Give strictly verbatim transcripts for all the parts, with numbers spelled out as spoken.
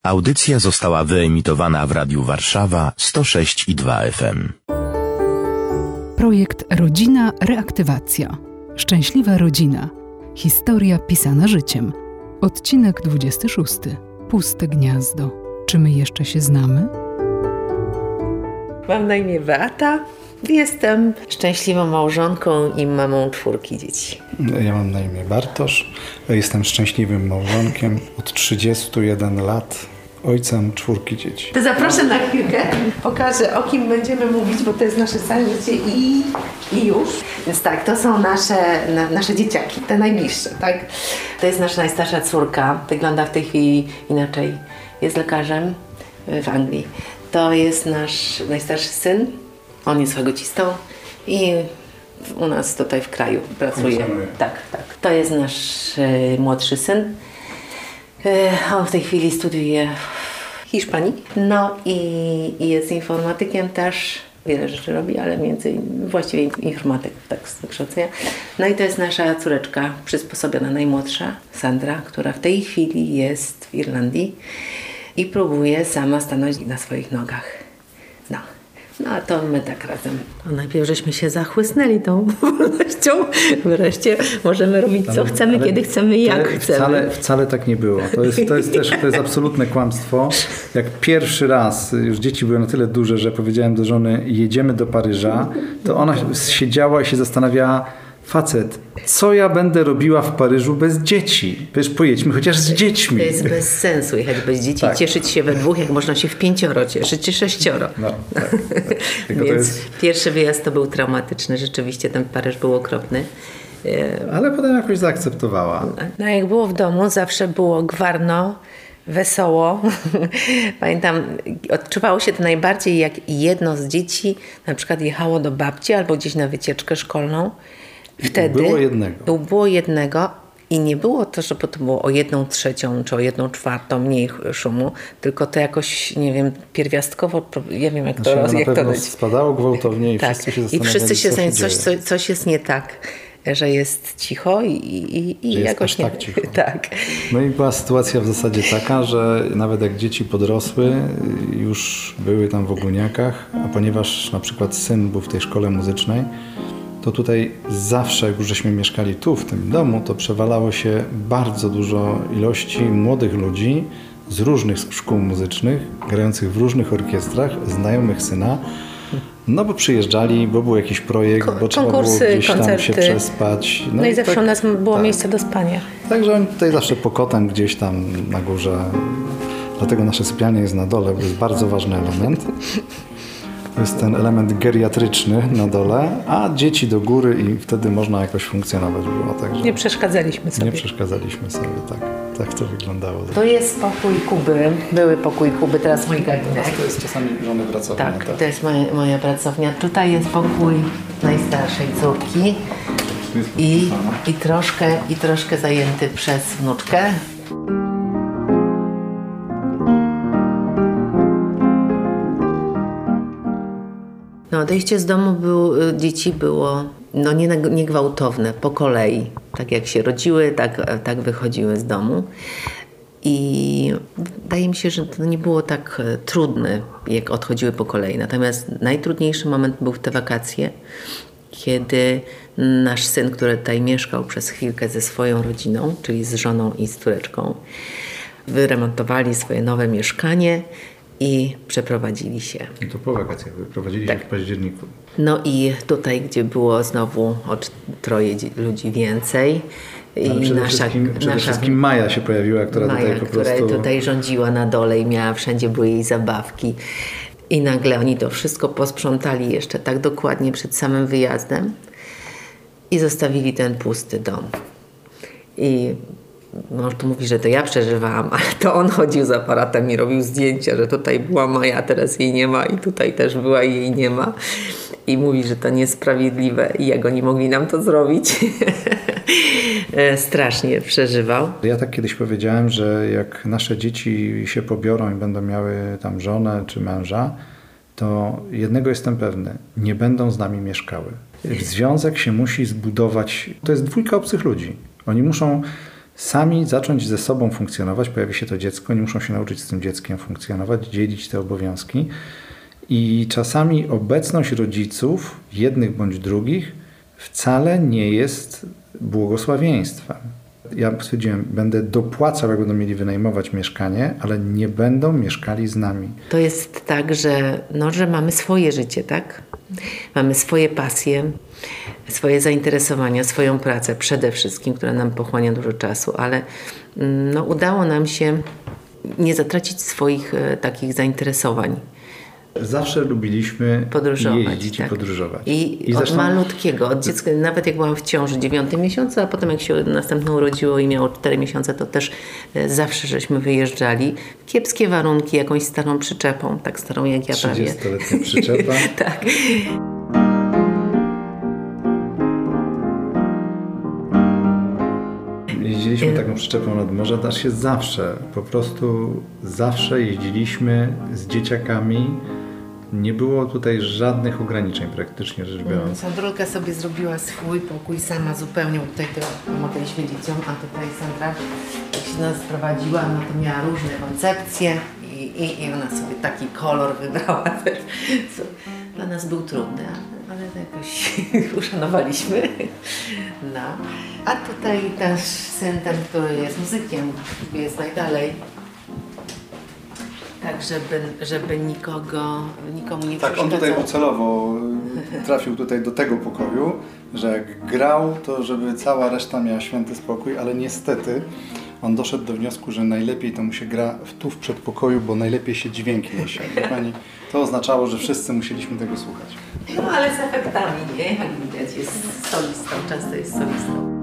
Audycja została wyemitowana w Radiu Warszawa sto sześć i dwa F M. Projekt Rodzina Reaktywacja. Szczęśliwa rodzina. Historia pisana życiem. Odcinek dwudziesty szósty. Puste gniazdo. Czy my jeszcze się znamy? Mam na imię Beata. Jestem szczęśliwą małżonką i mamą czwórki dzieci. Ja mam na imię Bartosz. Jestem szczęśliwym małżonkiem od trzydziestu jeden lat. Ojcem czwórki dzieci. To zaproszę na chwilkę, pokażę, o kim będziemy mówić, bo to jest nasze całe życie i, i już. Więc tak, to są nasze, na, nasze dzieciaki, te najbliższe, tak? To jest nasza najstarsza córka, wygląda w tej chwili inaczej. Jest lekarzem w Anglii. To jest nasz najstarszy syn, on jest fagocistą i u nas tutaj w kraju pracuje. Tak, tak. To jest nasz y, młodszy syn. On w tej chwili studiuje w Hiszpanii, no i, i jest informatykiem też, wiele rzeczy robi, ale między właściwie informatyk, tak z wykształcenia. No i to jest nasza córeczka przysposobiona, najmłodsza, Sandra, która w tej chwili jest w Irlandii i próbuje sama stanąć na swoich nogach. No. No a to my tak razem. No, najpierw żeśmy się zachłysnęli tą wolnością. Wreszcie możemy robić co ale, chcemy, ale kiedy chcemy, jak chcemy. Wcale, wcale tak nie było. To jest, to jest też to jest absolutne kłamstwo. Jak pierwszy raz, już dzieci były na tyle duże, że powiedziałem do żony, jedziemy do Paryża, to ona siedziała i się zastanawiała, facet, co ja będę robiła w Paryżu bez dzieci? Przecież pojedźmy chociaż z dziećmi. To jest bez sensu jechać bez dzieci tak. i cieszyć się we dwóch, jak można się w pięcioro cieszyć, czy sześcioro. No, tak, tak. Więc jest... pierwszy wyjazd to był traumatyczny. Rzeczywiście ten Paryż był okropny. Ale potem jakoś zaakceptowała. No jak było w domu, zawsze było gwarno, wesoło. Pamiętam, odczuwało się to najbardziej, jak jedno z dzieci na przykład jechało do babci albo gdzieś na wycieczkę szkolną. Wtedy było jednego. Było jednego i nie było to, że to było o jedną trzecią czy o jedną czwartą mniej szumu, tylko to jakoś, nie wiem, pierwiastkowo, ja wiem jak znaczy, to no, jak na to pewno spadało gwałtownie i tak. wszyscy się I wszyscy się zastanawiali, coś, coś, coś jest nie tak, że jest cicho i, i, i że jakoś jest nie tak cicho. tak. No i była sytuacja w zasadzie taka, że nawet jak dzieci podrosły, już były tam w ogólniakach, a ponieważ na przykład syn był w tej szkole muzycznej, to tutaj zawsze, jak już żeśmy mieszkali tu, w tym domu, to przewalało się bardzo dużo ilości młodych ludzi z różnych szkół muzycznych, grających w różnych orkiestrach, znajomych syna, no bo przyjeżdżali, bo był jakiś projekt, Ko- bo trzeba było gdzieś koncerty. tam się przespać. No, no i zawsze tak, u nas było tak. miejsce do spania. Także oni tutaj zawsze pokotem gdzieś tam na górze, dlatego nasze sypialnie jest na dole, bo to jest bardzo ważny element. To jest ten element geriatryczny na dole, a dzieci do góry i wtedy można jakoś funkcjonować było. Także nie przeszkadzaliśmy sobie. Nie przeszkadzaliśmy sobie, tak. Tak to wyglądało. To jest pokój Kuby, były pokój Kuby, teraz mój gabinet. To jest czasami żony pracownia. Tak, tak, to jest moja, moja pracownia. Tutaj jest pokój najstarszej córki i, i, troszkę, i troszkę zajęty przez wnuczkę. No, odejście z domu był, dzieci było no, nie, nie gwałtowne, po kolei. Tak jak się rodziły, tak, tak wychodziły z domu. I wydaje mi się, że to nie było tak trudne, jak odchodziły po kolei. Natomiast najtrudniejszy moment był w te wakacje, kiedy nasz syn, który tutaj mieszkał przez chwilkę ze swoją rodziną, czyli z żoną i z córeczką, wyremontowali swoje nowe mieszkanie i przeprowadzili się. I to po wakacjach wyprowadzili tak. się w październiku. No i tutaj, gdzie było znowu o troje ludzi więcej. I Ale przede, nasza, wszystkim, przede nasza wszystkim Maja się pojawiła, która Maja, tutaj po prostu... która tutaj rządziła na dole i miała, wszędzie były jej zabawki. I nagle oni to wszystko posprzątali jeszcze tak dokładnie przed samym wyjazdem i zostawili ten pusty dom. I mąż tu mówi, że to ja przeżywałam, ale to on chodził z aparatem i robił zdjęcia, że tutaj była Maja, teraz jej nie ma i tutaj też była i jej nie ma. I mówi, że to niesprawiedliwe i jak oni mogli nam to zrobić. Strasznie przeżywał. Ja tak kiedyś powiedziałem, że jak nasze dzieci się pobiorą i będą miały tam żonę czy męża, to jednego jestem pewny, nie będą z nami mieszkały. Związek się musi zbudować, to jest dwójka obcych ludzi. Oni muszą sami zacząć ze sobą funkcjonować, pojawi się to dziecko, nie muszą się nauczyć z tym dzieckiem funkcjonować, dzielić te obowiązki. I czasami obecność rodziców, jednych bądź drugich, wcale nie jest błogosławieństwem. Ja stwierdziłem, będę dopłacał, jak będą mieli wynajmować mieszkanie, ale nie będą mieszkali z nami. To jest tak, że, no, że mamy swoje życie, tak? Mamy swoje pasje, swoje zainteresowania, swoją pracę przede wszystkim, która nam pochłania dużo czasu, ale no, udało nam się nie zatracić swoich e, takich zainteresowań. Zawsze lubiliśmy podróżować, jeździć tak. i podróżować. I, I od zresztą... malutkiego, od dziecka, nawet jak byłam w ciąży dziewiątym miesiącu, a potem jak się następną urodziło i miało cztery miesiące, to też e, zawsze żeśmy wyjeżdżali. Kiepskie warunki, jakąś starą przyczepą, tak starą jak ja prawie. trzydziestoletnia przyczepa. Tak. Jeździliśmy taką przyczepą nad morze, aż się zawsze, po prostu zawsze jeździliśmy z dzieciakami. Nie było tutaj żadnych ograniczeń praktycznie rzecz biorąc. Sandrulka sobie zrobiła swój pokój sama zupełnie, bo tutaj to pomagaliśmy dzieciom, a tutaj Sandra, jak się do nas sprowadziła, no to miała różne koncepcje i, i, i ona sobie taki kolor wybrała, co dla nas był trudny, ale, ale to jakoś uszanowaliśmy. No. A tutaj też syn ten, który jest muzykiem, jest najdalej. Tak, żeby, żeby nikogo, nikomu nie Tak, on tutaj celowo trafił tutaj do tego pokoju, że jak grał, to żeby cała reszta miała święty spokój, ale niestety on doszedł do wniosku, że najlepiej to mu się gra tu w przedpokoju, bo najlepiej się dźwięki niesie. Pani, to oznaczało, że wszyscy musieliśmy tego słuchać. No ale z efektami, nie? Jak widać, jest solistą, często jest solistą.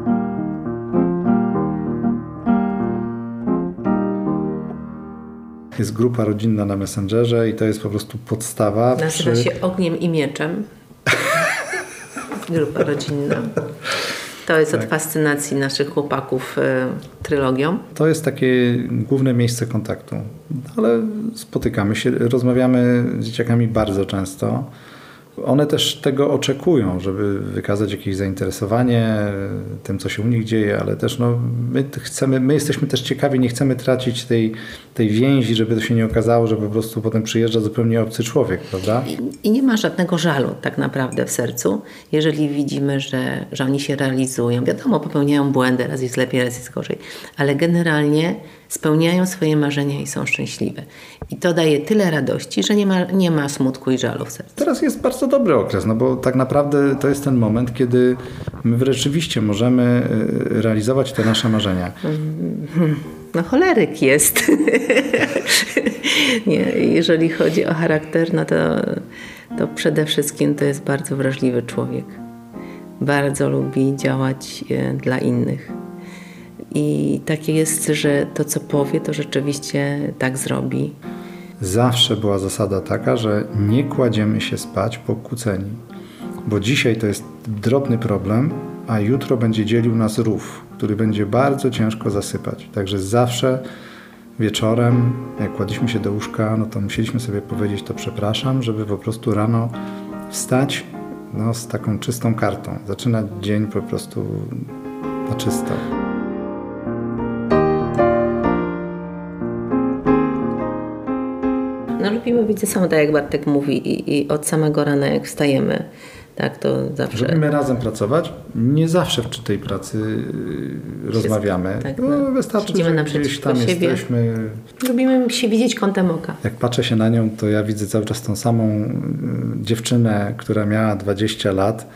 Jest grupa rodzinna na Messengerze i to jest po prostu podstawa. Nazywa przy... się Ogniem i Mieczem. Grupa rodzinna. To jest tak. Od fascynacji naszych chłopaków y, trylogią. To jest takie główne miejsce kontaktu. Ale spotykamy się, rozmawiamy z dzieciakami bardzo często. One też tego oczekują, żeby wykazać jakieś zainteresowanie tym, co się u nich dzieje, ale też no, my chcemy, my jesteśmy też ciekawi, nie chcemy tracić tej, tej więzi, żeby to się nie okazało, że po prostu potem przyjeżdża zupełnie obcy człowiek, prawda? I, i nie ma żadnego żalu tak naprawdę w sercu, jeżeli widzimy, że, że oni się realizują. Wiadomo, popełniają błędy, raz jest lepiej, raz jest gorzej, ale generalnie spełniają swoje marzenia i są szczęśliwe. I to daje tyle radości, że nie ma, nie ma smutku i żalu w sercu. Teraz jest bardzo dobry okres, no bo tak naprawdę to jest ten moment, kiedy my rzeczywiście możemy realizować te nasze marzenia. No choleryk jest. Nie, jeżeli chodzi o charakter, no to, to przede wszystkim to jest bardzo wrażliwy człowiek. Bardzo lubi działać dla innych. I takie jest, że to, co powie, to rzeczywiście tak zrobi. Zawsze była zasada taka, że nie kładziemy się spać pokłóceni. Bo dzisiaj to jest drobny problem, a jutro będzie dzielił nas rów, który będzie bardzo ciężko zasypać. Także zawsze wieczorem, jak kładliśmy się do łóżka, no to musieliśmy sobie powiedzieć to przepraszam, żeby po prostu rano wstać no, z taką czystą kartą. Zaczynać dzień po prostu na czysto. No lubimy być ze sobą, tak jak Bartek mówi, i, i od samego rana jak wstajemy, tak to zawsze... Lubimy razem pracować, nie zawsze w tej pracy Wszystko, rozmawiamy. Tak, no, no. Wystarczy, Siedzimy że naprzeciwko gdzieś tam siebie. jesteśmy. Lubimy się widzieć kątem oka. Jak patrzę się na nią, to ja widzę cały czas tą samą y, dziewczynę, która miała dwadzieścia lat.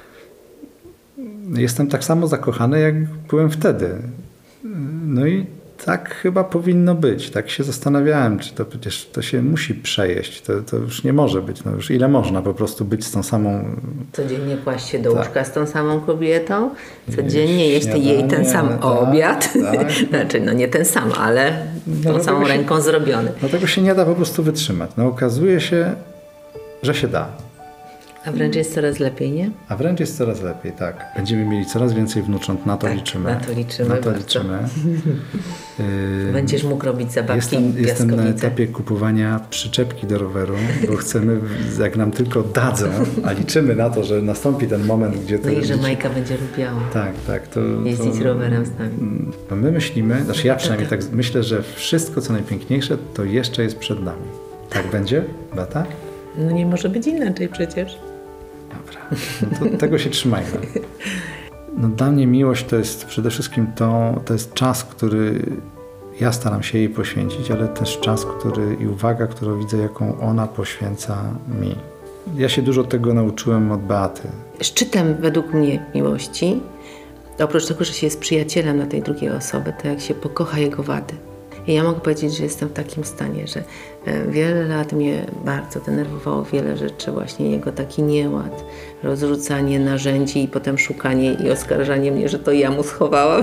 Jestem tak samo zakochany, jak byłem wtedy. No i tak chyba powinno być. Tak się zastanawiałem, czy to przecież to się musi przejeść. To, to już nie może być. No już ile można po prostu być z tą samą... Codziennie kłaść się do tak. łóżka z tą samą kobietą. Codziennie jeść jej ten sam tak, obiad. Tak. Znaczy, no nie ten sam, ale tą no, samą się, ręką zrobiony. No tego się nie da po prostu wytrzymać. No okazuje się, że się da. A wręcz jest coraz lepiej, nie? A wręcz jest coraz lepiej, tak. Będziemy mieli coraz więcej wnucząt, na to Tak, liczymy. na to liczymy Na to bardzo. liczymy. Yy, Będziesz mógł robić zabawki Jestem, w jestem na piaskownicy. etapie kupowania przyczepki do roweru, bo chcemy, jak nam tylko dadzą, a liczymy na to, że nastąpi ten moment, gdzie to... No i że dzieci- Majka będzie lubiała Tak, tak. To, jeździć to, rowerem z nami. No my myślimy, znaczy ja przynajmniej tak myślę, że wszystko co najpiękniejsze to jeszcze jest przed nami. Tak będzie, Beata? No nie może być inaczej przecież. Dobra, no to tego się trzymajmy. No dla mnie miłość to jest przede wszystkim to, to jest czas, który ja staram się jej poświęcić, ale też czas, który i uwaga, którą widzę, jaką ona poświęca mi. Ja się dużo tego nauczyłem od Beaty. Szczytem według mnie miłości, oprócz tego, że się jest przyjacielem dla tej drugiej osoby, to jak się pokocha jego wady. I ja mogę powiedzieć, że jestem w takim stanie, że e, wiele lat mnie bardzo denerwowało wiele rzeczy, właśnie jego taki nieład, rozrzucanie narzędzi i potem szukanie i oskarżanie mnie, że to ja mu schowałam.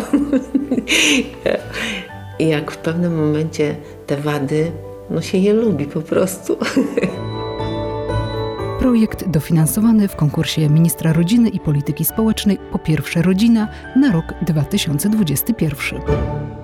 I jak w pewnym momencie te wady, no się je lubi po prostu. Projekt dofinansowany w konkursie Ministra Rodziny i Polityki Społecznej Po pierwsze Rodzina na rok dwa tysiące dwudziesty pierwszy.